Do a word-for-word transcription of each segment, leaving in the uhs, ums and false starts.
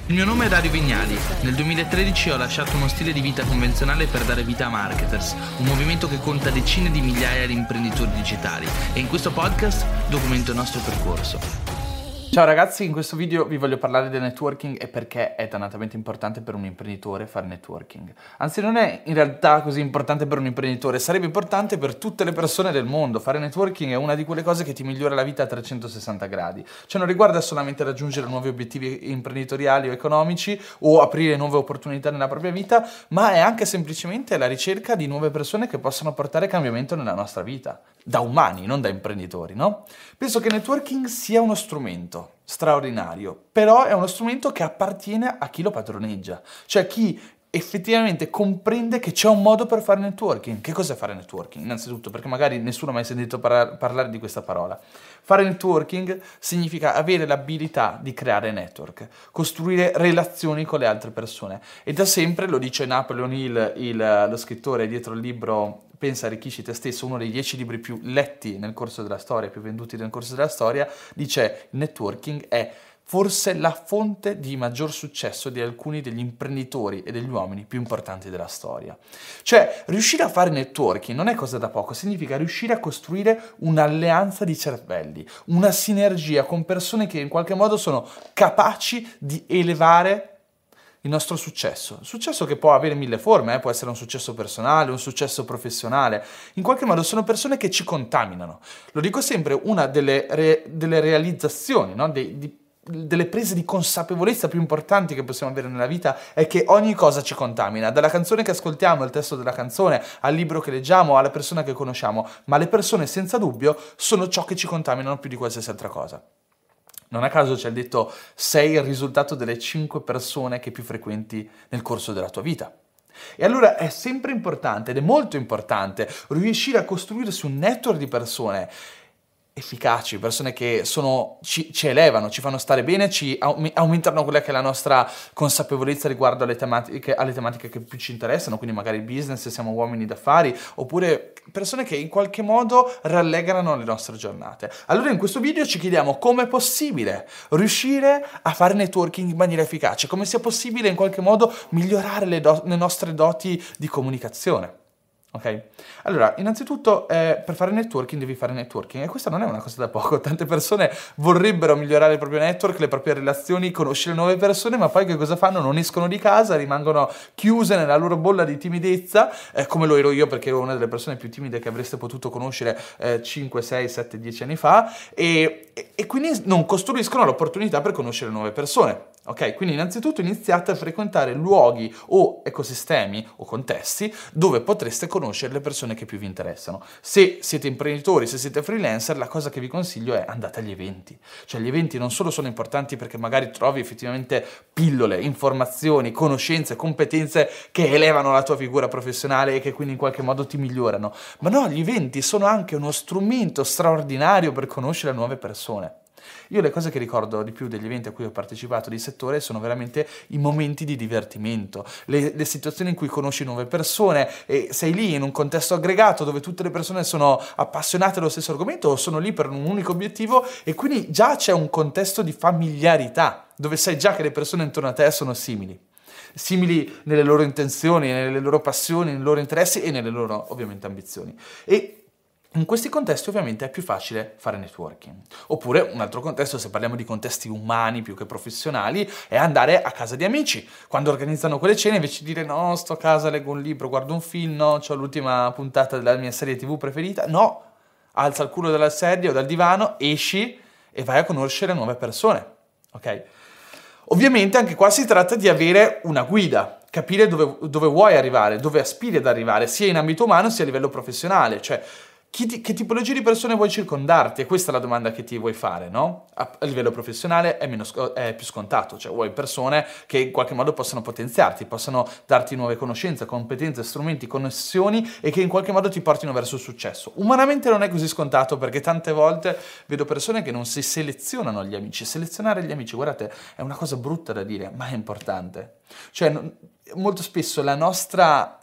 Il mio nome è Dario Vignali. Nel duemilatredici ho lasciato uno stile di vita convenzionale per dare vita a Marketers, un movimento che conta decine di migliaia di imprenditori digitali, e in questo podcast documento il nostro percorso. Ciao ragazzi, in questo video vi voglio parlare del networking e perché è dannatamente importante per un imprenditore fare networking. Anzi, non è in realtà così importante per un imprenditore, sarebbe importante per tutte le persone del mondo. Fare networking è una di quelle cose che ti migliora la vita a trecentosessanta gradi. Cioè non riguarda solamente raggiungere nuovi obiettivi imprenditoriali o economici o aprire nuove opportunità nella propria vita, ma è anche semplicemente la ricerca di nuove persone che possano portare cambiamento nella nostra vita. Da umani, non da imprenditori, no? Penso che il networking sia uno strumento straordinario, però è uno strumento che appartiene a chi lo padroneggia, cioè chi effettivamente comprende che c'è un modo per fare networking. Che cos'è fare networking? Innanzitutto, perché magari nessuno ha mai sentito par- parlare di questa parola. Fare networking significa avere l'abilità di creare network, costruire relazioni con le altre persone. E da sempre, lo dice Napoleon Hill, il, lo scrittore dietro il libro Pensa, arricchisci te stesso, uno dei dieci libri più letti nel corso della storia, più venduti nel corso della storia, dice: il networking è forse la fonte di maggior successo di alcuni degli imprenditori e degli uomini più importanti della storia. Cioè, riuscire a fare networking non è cosa da poco, significa riuscire a costruire un'alleanza di cervelli, una sinergia con persone che in qualche modo sono capaci di elevare il nostro successo. Successo che può avere mille forme, eh? Può essere un successo personale, un successo professionale. In qualche modo sono persone che ci contaminano. Lo dico sempre, una delle, re, delle realizzazioni, no? De, di, delle prese di consapevolezza più importanti che possiamo avere nella vita è che ogni cosa ci contamina, dalla canzone che ascoltiamo, al testo della canzone, al libro che leggiamo, alla persona che conosciamo, ma le persone senza dubbio sono ciò che ci contaminano più di qualsiasi altra cosa. Non a caso c'è il detto: sei il risultato delle cinque persone che più frequenti nel corso della tua vita. E allora è sempre importante, ed è molto importante, riuscire a costruirsi un network di persone efficaci, persone che sono, ci, ci elevano, ci fanno stare bene, ci aumentano quella che è la nostra consapevolezza riguardo alle tematiche, alle tematiche che più ci interessano, quindi magari il business se siamo uomini d'affari, oppure persone che in qualche modo rallegrano le nostre giornate. Allora in questo video ci chiediamo come è possibile riuscire a fare networking in maniera efficace, come sia possibile in qualche modo migliorare le, do- le nostre doti di comunicazione. Ok? Allora, innanzitutto eh, per fare networking devi fare networking, e questa non è una cosa da poco. Tante persone vorrebbero migliorare il proprio network, le proprie relazioni, conoscere nuove persone, ma poi che cosa fanno? Non escono di casa, rimangono chiuse nella loro bolla di timidezza, eh, come lo ero io, perché ero una delle persone più timide che avreste potuto conoscere eh, cinque, sei, sette, dieci anni fa, e, e, e quindi non costruiscono l'opportunità per conoscere nuove persone. Ok, quindi innanzitutto iniziate a frequentare luoghi o ecosistemi o contesti dove potreste conoscere le persone che più vi interessano. Se siete imprenditori, se siete freelancer, la cosa che vi consiglio è: andate agli eventi. Cioè gli eventi non solo sono importanti perché magari trovi effettivamente pillole, informazioni, conoscenze, competenze che elevano la tua figura professionale e che quindi in qualche modo ti migliorano, ma no, gli eventi sono anche uno strumento straordinario per conoscere nuove persone. Io le cose che ricordo di più degli eventi a cui ho partecipato di settore sono veramente i momenti di divertimento, le, le situazioni in cui conosci nuove persone e sei lì in un contesto aggregato dove tutte le persone sono appassionate dello stesso argomento o sono lì per un unico obiettivo, e quindi già c'è un contesto di familiarità dove sai già che le persone intorno a te sono simili. simili nelle loro intenzioni, nelle loro passioni, nei loro interessi e nelle loro ovviamente ambizioni. E in questi contesti ovviamente è più facile fare networking. Oppure un altro contesto, se parliamo di contesti umani più che professionali, è andare a casa di amici. Quando organizzano quelle cene, invece di dire no, sto a casa, leggo un libro, guardo un film, no, c'ho l'ultima puntata della mia serie tivù preferita, no, alza il culo dalla sedia o dal divano, esci e vai a conoscere nuove persone. Ok? Ovviamente anche qua si tratta di avere una guida, capire dove, dove vuoi arrivare, dove aspiri ad arrivare, sia in ambito umano sia a livello professionale, cioè Chi ti, che tipologia di persone vuoi circondarti? E questa è la domanda che ti vuoi fare, no? A, a livello professionale è, meno, è più scontato, cioè vuoi persone che in qualche modo possano potenziarti, possano darti nuove conoscenze, competenze, strumenti, connessioni e che in qualche modo ti portino verso il successo. Umanamente non è così scontato, perché tante volte vedo persone che non si selezionano gli amici. Selezionare gli amici, guardate, è una cosa brutta da dire, ma è importante. Cioè, molto spesso la nostra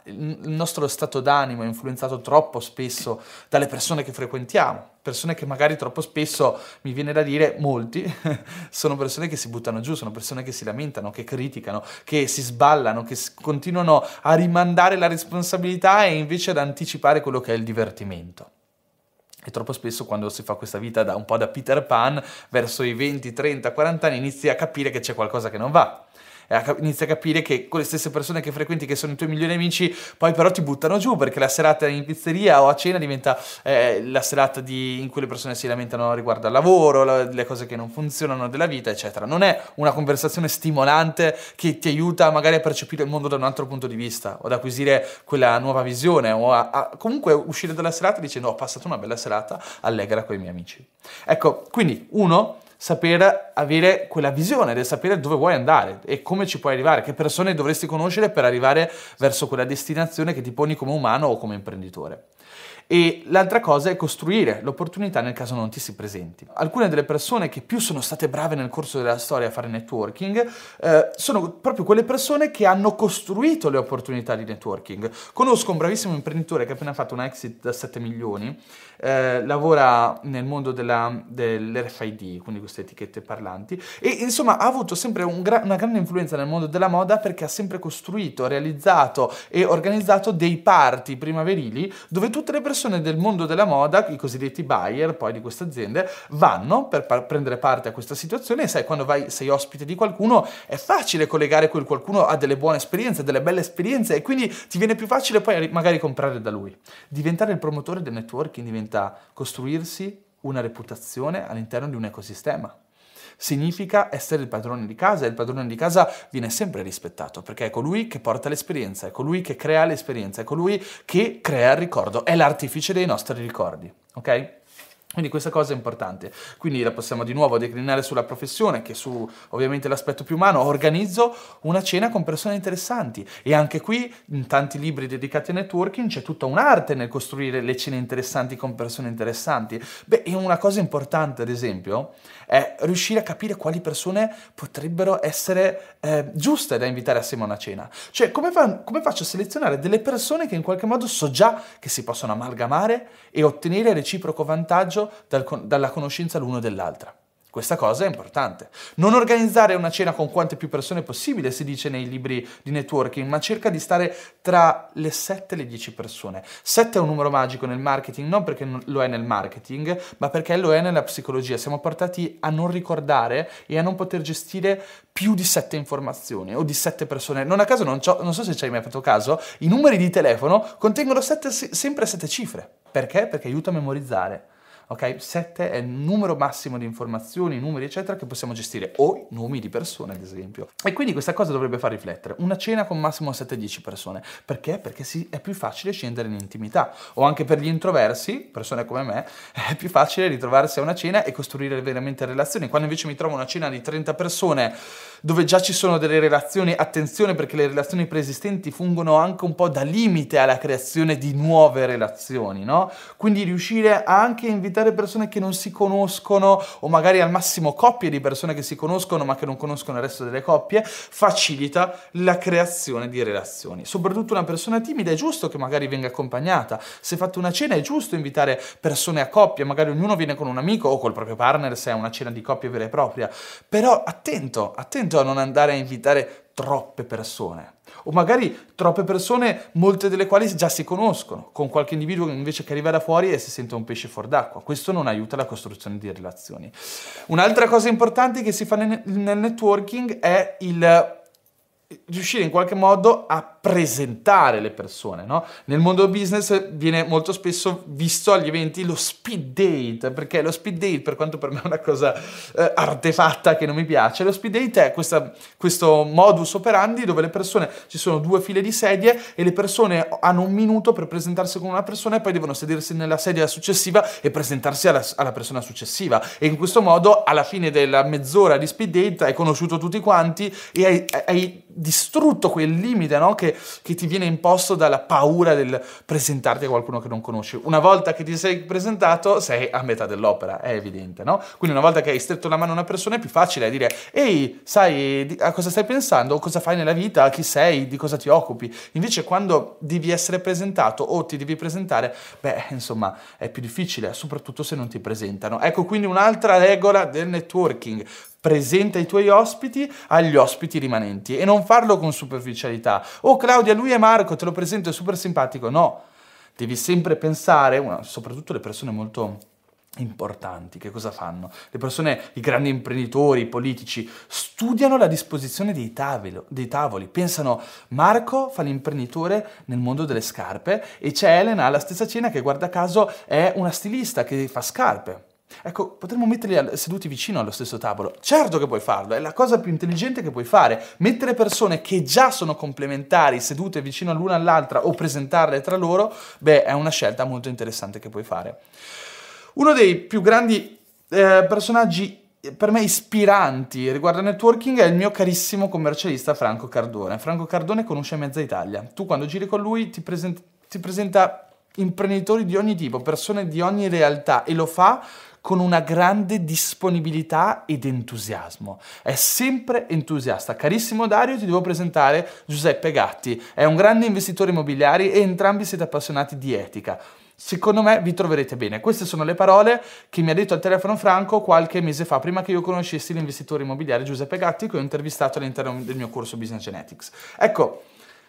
il nostro stato d'animo è influenzato troppo spesso dalle persone che frequentiamo, persone che magari troppo spesso, mi viene da dire, molti, sono persone che si buttano giù, sono persone che si lamentano, che criticano, che si sballano, che continuano a rimandare la responsabilità e invece ad anticipare quello che è il divertimento. E troppo spesso quando si fa questa vita da un po' da Peter Pan, verso i venti, trenta, quaranta anni inizi a capire che c'è qualcosa che non va. Inizi a capire che quelle stesse persone che frequenti, che sono i tuoi migliori amici, poi però ti buttano giù, perché la serata in pizzeria o a cena diventa eh, la serata di, in cui le persone si lamentano riguardo al lavoro, la, le cose che non funzionano della vita, eccetera. Non è una conversazione stimolante che ti aiuta magari a percepire il mondo da un altro punto di vista, o ad acquisire quella nuova visione, o a, a comunque uscire dalla serata dicendo ho passato una bella serata allegra con i miei amici. Ecco, quindi uno, saper avere quella visione, del sapere dove vuoi andare e come ci puoi arrivare, che persone dovresti conoscere per arrivare verso quella destinazione che ti poni come umano o come imprenditore. E l'altra cosa è costruire l'opportunità nel caso non ti si presenti. Alcune delle persone che più sono state brave nel corso della storia a fare networking eh, sono proprio quelle persone che hanno costruito le opportunità di networking. Conosco un bravissimo imprenditore che ha appena fatto una exit da sette milioni, eh, lavora nel mondo della, dell'R F I D, quindi queste etichette parlanti, e insomma ha avuto sempre un gra- una grande influenza nel mondo della moda perché ha sempre costruito, realizzato e organizzato dei party primaverili dove tutte le persone del mondo della moda, i cosiddetti buyer poi di queste aziende, vanno per par- prendere parte a questa situazione. E sai, quando vai, sei ospite di qualcuno, è facile collegare quel qualcuno a delle buone esperienze, delle belle esperienze, e quindi ti viene più facile poi magari comprare da lui. Diventare il promotore del networking diventa costruirsi una reputazione all'interno di un ecosistema. Significa essere il padrone di casa, e il padrone di casa viene sempre rispettato, perché è colui che porta l'esperienza, è colui che crea l'esperienza, è colui che crea il ricordo, è l'artefice dei nostri ricordi, ok? Quindi questa cosa è importante. Quindi la possiamo di nuovo declinare sulla professione, che su ovviamente l'aspetto più umano. Organizzo una cena con persone interessanti, e anche qui in tanti libri dedicati a networking c'è tutta un'arte nel costruire le cene interessanti con persone interessanti. Beh, e una cosa importante, ad esempio, è riuscire a capire quali persone potrebbero essere eh, giuste da invitare assieme a una cena. Cioè, come, fa, come faccio a selezionare delle persone che in qualche modo so già che si possono amalgamare e ottenere reciproco vantaggio Dal, dalla conoscenza l'uno dell'altra. Questa cosa è importante. Non organizzare una cena con quante più persone possibile, si dice nei libri di networking, ma cerca di stare tra le sette e le dieci persone. sette è un numero magico nel marketing, non perché lo è nel marketing, ma perché lo è nella psicologia. Siamo portati a non ricordare e a non poter gestire più di sette informazioni o di sette persone. Non a caso, non, non so se ci hai mai fatto caso, i numeri di telefono contengono sette, sempre sette cifre. Perché? Perché aiuta a memorizzare. Ok, sette è il numero massimo di informazioni, numeri eccetera che possiamo gestire, o nomi di persone ad esempio. E quindi questa cosa dovrebbe far riflettere. Una cena con massimo sette dieci persone. Perché? Perché sì, è più facile scendere in intimità. O anche per gli introversi, persone come me, è più facile ritrovarsi a una cena e costruire veramente relazioni. Quando invece mi trovo a una cena di trenta persone dove già ci sono delle relazioni, attenzione, perché le relazioni preesistenti fungono anche un po' da limite alla creazione di nuove relazioni, no? Quindi riuscire a anche invitare persone che non si conoscono, o magari al massimo coppie di persone che si conoscono ma che non conoscono il resto delle coppie, facilita la creazione di relazioni. Soprattutto una persona timida è giusto che magari venga accompagnata. Se fate una cena è giusto invitare persone a coppia, magari ognuno viene con un amico o col proprio partner se è una cena di coppia vera e propria. Però attento, attento a non andare a invitare troppe persone, o magari troppe persone, molte delle quali già si conoscono, con qualche individuo invece che arriva da fuori e si sente un pesce fuor d'acqua. Questo non aiuta la costruzione di relazioni. Un'altra cosa importante che si fa nel, nel networking è il riuscire in qualche modo a presentare le persone, no? Nel mondo business viene molto spesso visto agli eventi lo speed date, perché lo speed date, per quanto per me è una cosa eh, artefatta che non mi piace, lo speed date è questa, questo modus operandi dove le persone, ci sono due file di sedie e le persone hanno un minuto per presentarsi con una persona e poi devono sedersi nella sedia successiva e presentarsi alla, alla persona successiva, e in questo modo alla fine della mezz'ora di speed date hai conosciuto tutti quanti e hai, hai distrutto quel limite, no? che, che ti viene imposto dalla paura del presentarti a qualcuno che non conosci. Una volta che ti sei presentato sei a metà dell'opera, è evidente, no? Quindi una volta che hai stretto la mano a una persona è più facile dire ehi, sai a cosa stai pensando, cosa fai nella vita, chi sei, di cosa ti occupi. Invece quando devi essere presentato o ti devi presentare, beh, insomma, è più difficile, soprattutto se non ti presentano. Ecco quindi un'altra regola del networking: presenta i tuoi ospiti agli ospiti rimanenti e non farlo con superficialità. Oh Claudia, lui è Marco, te lo presento, è super simpatico. No, devi sempre pensare, una, soprattutto le persone molto importanti, che cosa fanno? Le persone, i grandi imprenditori, i politici, studiano la disposizione dei tavoli, dei tavoli. Pensano, Marco fa l'imprenditore nel mondo delle scarpe e c'è Elena alla stessa cena che guarda caso è una stilista che fa scarpe. Ecco, potremmo metterli seduti vicino allo stesso tavolo. Certo che puoi farlo, è la cosa più intelligente che puoi fare. Mettere persone che già sono complementari sedute vicino l'una all'altra o presentarle tra loro, beh, è una scelta molto interessante che puoi fare. Uno dei più grandi eh, personaggi per me ispiranti riguardo al networking è il mio carissimo commercialista Franco Cardone. Franco Cardone conosce mezza Italia. Tu quando giri con lui ti presenta, ti presenta imprenditori di ogni tipo, persone di ogni realtà, e lo fa con una grande disponibilità ed entusiasmo. È sempre entusiasta. Carissimo Dario, ti devo presentare Giuseppe Gatti. È un grande investitore immobiliare e entrambi siete appassionati di etica. Secondo me vi troverete bene. Queste sono le parole che mi ha detto al telefono Franco qualche mese fa, prima che io conoscessi l'investitore immobiliare Giuseppe Gatti, che ho intervistato all'interno del mio corso Business Genetics. Ecco,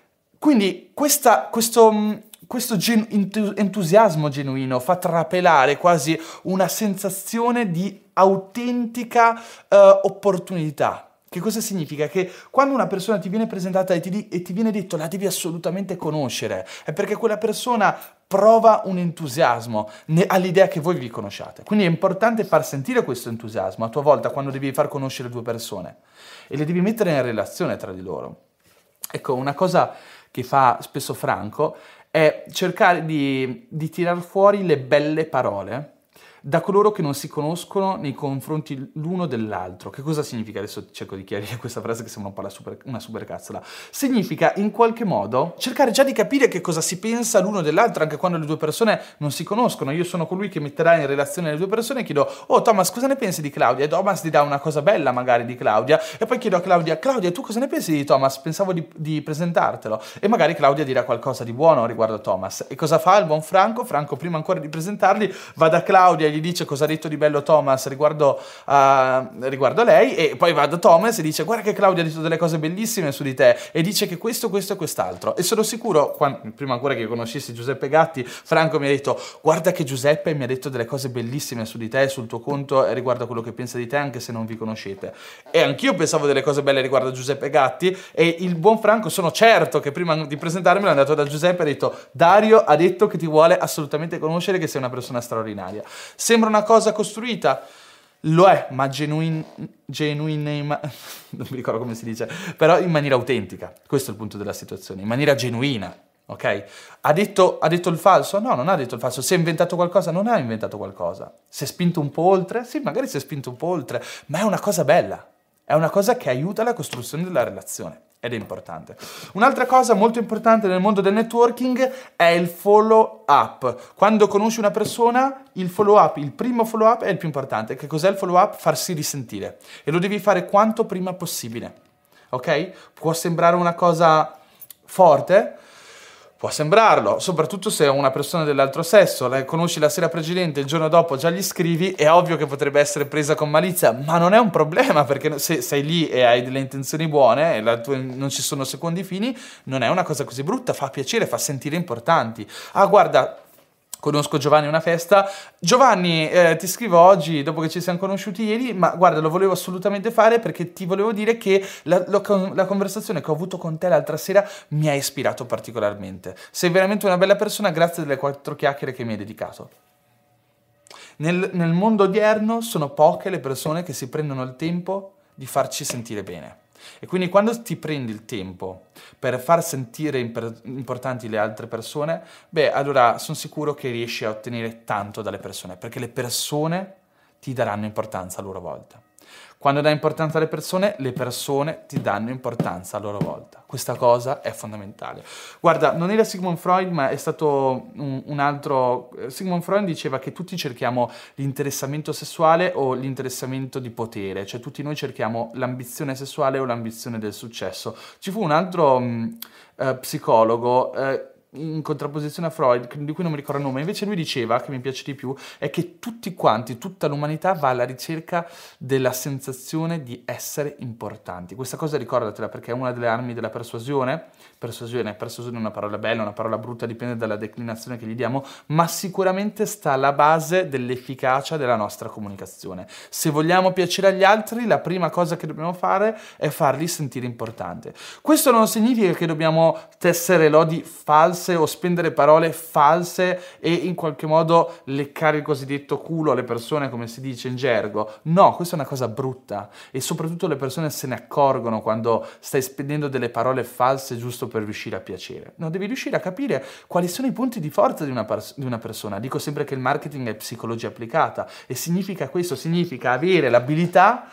quindi questa, questo... Questo gen- entusiasmo genuino fa trapelare quasi una sensazione di autentica uh, opportunità. Che cosa significa? Che quando una persona ti viene presentata e ti, di- e ti viene detto la devi assolutamente conoscere, è perché quella persona prova un entusiasmo ne- all'idea che voi vi conosciate. Quindi è importante far sentire questo entusiasmo a tua volta quando devi far conoscere due persone e le devi mettere in relazione tra di loro. Ecco, una cosa che fa spesso Franco è cercare di, di tirar fuori le belle parole da coloro che non si conoscono nei confronti l'uno dell'altro. Che cosa significa? Adesso cerco di chiarire questa frase che sembra un po' la super, una supercazzola. Significa in qualche modo cercare già di capire che cosa si pensa l'uno dell'altro anche quando le due persone non si conoscono. Io sono colui che metterà in relazione le due persone e chiedo oh Thomas, cosa ne pensi di Claudia? E Thomas ti dà una cosa bella magari di Claudia e poi chiedo a Claudia Claudia tu cosa ne pensi di Thomas? Pensavo di, di presentartelo. E magari Claudia dirà qualcosa di buono riguardo a Thomas. E cosa fa il buon Franco? Franco prima ancora di presentarli va da Claudia e gli dice cosa ha detto di bello Thomas riguardo a, riguardo a lei, e poi va da Thomas e dice guarda che Claudia ha detto delle cose bellissime su di te e dice che questo, questo e quest'altro. E sono sicuro, quando, prima ancora che io conoscessi Giuseppe Gatti, Franco mi ha detto guarda che Giuseppe mi ha detto delle cose bellissime su di te, sul tuo conto e riguardo a quello che pensa di te anche se non vi conoscete. E anch'io pensavo delle cose belle riguardo a Giuseppe Gatti e il buon Franco sono certo che prima di presentarmi è andato da Giuseppe e ha detto Dario ha detto che ti vuole assolutamente conoscere, che sei una persona straordinaria. Sembra una cosa costruita? Lo è, ma genuine, genuine ma... non mi ricordo come si dice, però in maniera autentica. Questo è il punto della situazione, in maniera genuina, ok? Ha detto, ha detto il falso? No, non ha detto il falso. Si è inventato qualcosa? Non ha inventato qualcosa. Si è spinto un po' oltre? Sì, magari si è spinto un po' oltre, ma è una cosa bella. È una cosa che aiuta la costruzione della relazione. Ed è importante. Un'altra cosa molto importante nel mondo del networking è il follow up. Quando conosci una persona, il follow up, il primo follow up è il più importante. Che cos'è il follow up? Farsi risentire. E lo devi fare quanto prima possibile. Ok? Può sembrare una cosa forte? Può sembrarlo, soprattutto se è una persona dell'altro sesso, la conosci la sera precedente, il giorno dopo già gli scrivi, è ovvio che potrebbe essere presa con malizia, ma non è un problema, perché se sei lì e hai delle intenzioni buone e la tua, non ci sono secondi fini, non è una cosa così brutta, fa piacere, fa sentire importanti. Ah, guarda, conosco Giovanni a una festa. Giovanni, eh, ti scrivo oggi dopo che ci siamo conosciuti ieri, ma guarda, lo volevo assolutamente fare perché ti volevo dire che la, la, la conversazione che ho avuto con te l'altra sera mi ha ispirato particolarmente. Sei veramente una bella persona, grazie delle quattro chiacchiere che mi hai dedicato. Nel, nel mondo odierno sono poche le persone che si prendono il tempo di farci sentire bene. E quindi quando ti prendi il tempo per far sentire imper- importanti le altre persone, beh, allora sono sicuro che riesci a ottenere tanto dalle persone, perché le persone ti daranno importanza a loro volta. Quando dai importanza alle persone, le persone ti danno importanza a loro volta. Questa cosa è fondamentale. Guarda, non era Sigmund Freud, ma è stato un, un altro... Sigmund Freud diceva che tutti cerchiamo l'interessamento sessuale o l'interessamento di potere, cioè tutti noi cerchiamo l'ambizione sessuale o l'ambizione del successo. Ci fu un altro mh, uh, psicologo... Uh, in contrapposizione a Freud, di cui non mi ricordo il nome, invece lui diceva, che mi piace di più, è che tutti quanti, tutta l'umanità va alla ricerca della sensazione di essere importanti. Questa cosa ricordatela, perché è una delle armi della persuasione. Persuasione, persuasione è una parola bella, una parola brutta, dipende dalla declinazione che gli diamo, ma sicuramente sta alla base dell'efficacia della nostra comunicazione. Se vogliamo piacere agli altri, la prima cosa che dobbiamo fare è farli sentire importante. Questo non significa che dobbiamo tessere lodi false o spendere parole false e in qualche modo leccare il cosiddetto culo alle persone, come si dice in gergo. No, questa è una cosa brutta e soprattutto le persone se ne accorgono quando stai spendendo delle parole false giusto per riuscire a piacere. No, devi riuscire a capire quali sono i punti di forza di una, pers- di una persona. Dico sempre che il marketing è psicologia applicata e significa questo, significa avere l'abilità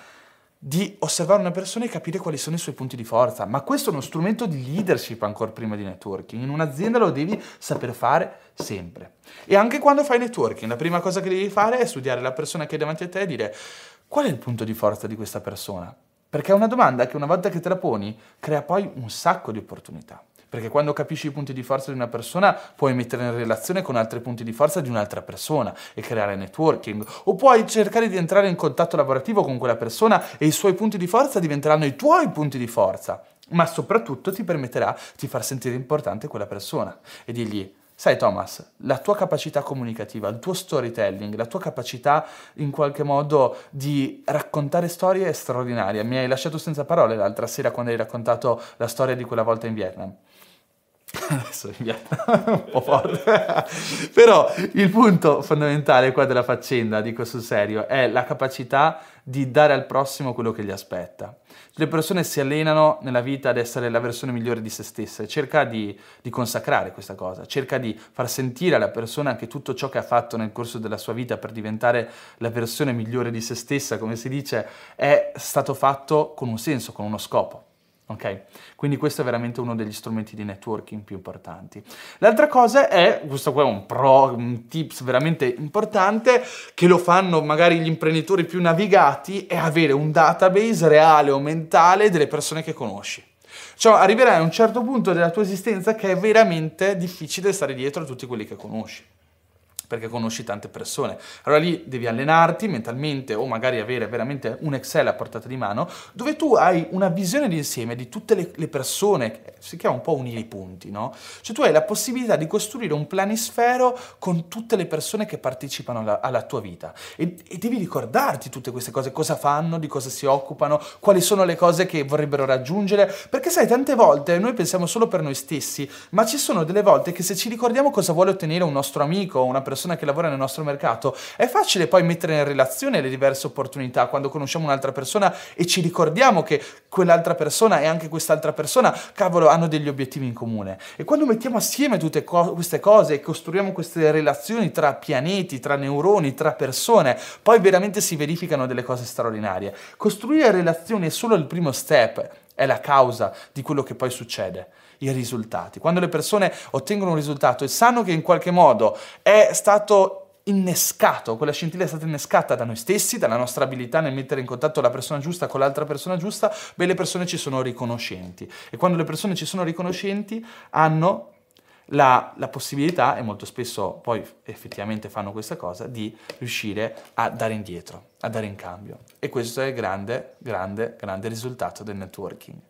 di osservare una persona e capire quali sono i suoi punti di forza, ma questo è uno strumento di leadership ancora prima di networking. In un'azienda lo devi saper fare sempre. E anche quando fai networking, la prima cosa che devi fare è studiare la persona che è davanti a te e dire: qual è il punto di forza di questa persona? Perché è una domanda che una volta che te la poni crea poi un sacco di opportunità. Perché quando capisci i punti di forza di una persona puoi mettere in relazione con altri punti di forza di un'altra persona e creare networking, o puoi cercare di entrare in contatto lavorativo con quella persona e i suoi punti di forza diventeranno i tuoi punti di forza, ma soprattutto ti permetterà di far sentire importante quella persona e dirgli: sai Thomas, la tua capacità comunicativa, il tuo storytelling, la tua capacità in qualche modo di raccontare storie è straordinaria. Mi hai lasciato senza parole l'altra sera quando hai raccontato la storia di quella volta in Vietnam. Adesso in Vietnam è un po' forte. Però il punto fondamentale qua della faccenda, dico sul serio, è la capacità di dare al prossimo quello che gli aspetta. Le persone si allenano nella vita ad essere la versione migliore di se stesse, cerca di, di consacrare questa cosa, cerca di far sentire alla persona che tutto ciò che ha fatto nel corso della sua vita per diventare la versione migliore di se stessa, come si dice, è stato fatto con un senso, con uno scopo. Ok? Quindi questo è veramente uno degli strumenti di networking più importanti. L'altra cosa è, questo qua è un pro, un tips veramente importante, che lo fanno magari gli imprenditori più navigati, è avere un database reale o mentale delle persone che conosci. Cioè arriverai a un certo punto della tua esistenza che è veramente difficile stare dietro a tutti quelli che conosci, perché conosci tante persone. Allora lì devi allenarti mentalmente o magari avere veramente un Excel a portata di mano dove tu hai una visione d'insieme di tutte le, le persone, si chiama un po' unire i punti, no? Cioè tu hai la possibilità di costruire un planisfero con tutte le persone che partecipano alla, alla tua vita e, e devi ricordarti tutte queste cose, cosa fanno, di cosa si occupano, quali sono le cose che vorrebbero raggiungere, perché sai, tante volte noi pensiamo solo per noi stessi, ma ci sono delle volte che se ci ricordiamo cosa vuole ottenere un nostro amico o una persona che lavora nel nostro mercato, è facile poi mettere in relazione le diverse opportunità quando conosciamo un'altra persona e ci ricordiamo che quell'altra persona e anche quest'altra persona, cavolo, hanno degli obiettivi in comune. E quando mettiamo assieme tutte co- queste cose e costruiamo queste relazioni tra pianeti, tra neuroni, tra persone, poi veramente si verificano delle cose straordinarie. Costruire relazioni è solo il primo step, è la causa di quello che poi succede. I risultati. Quando le persone ottengono un risultato e sanno che in qualche modo è stato innescato, quella scintilla è stata innescata da noi stessi, dalla nostra abilità nel mettere in contatto la persona giusta con l'altra persona giusta, beh, le persone ci sono riconoscenti. E quando le persone ci sono riconoscenti hanno la, la possibilità, e molto spesso poi effettivamente fanno questa cosa, di riuscire a dare indietro, a dare in cambio. E questo è il grande, grande, grande risultato del networking.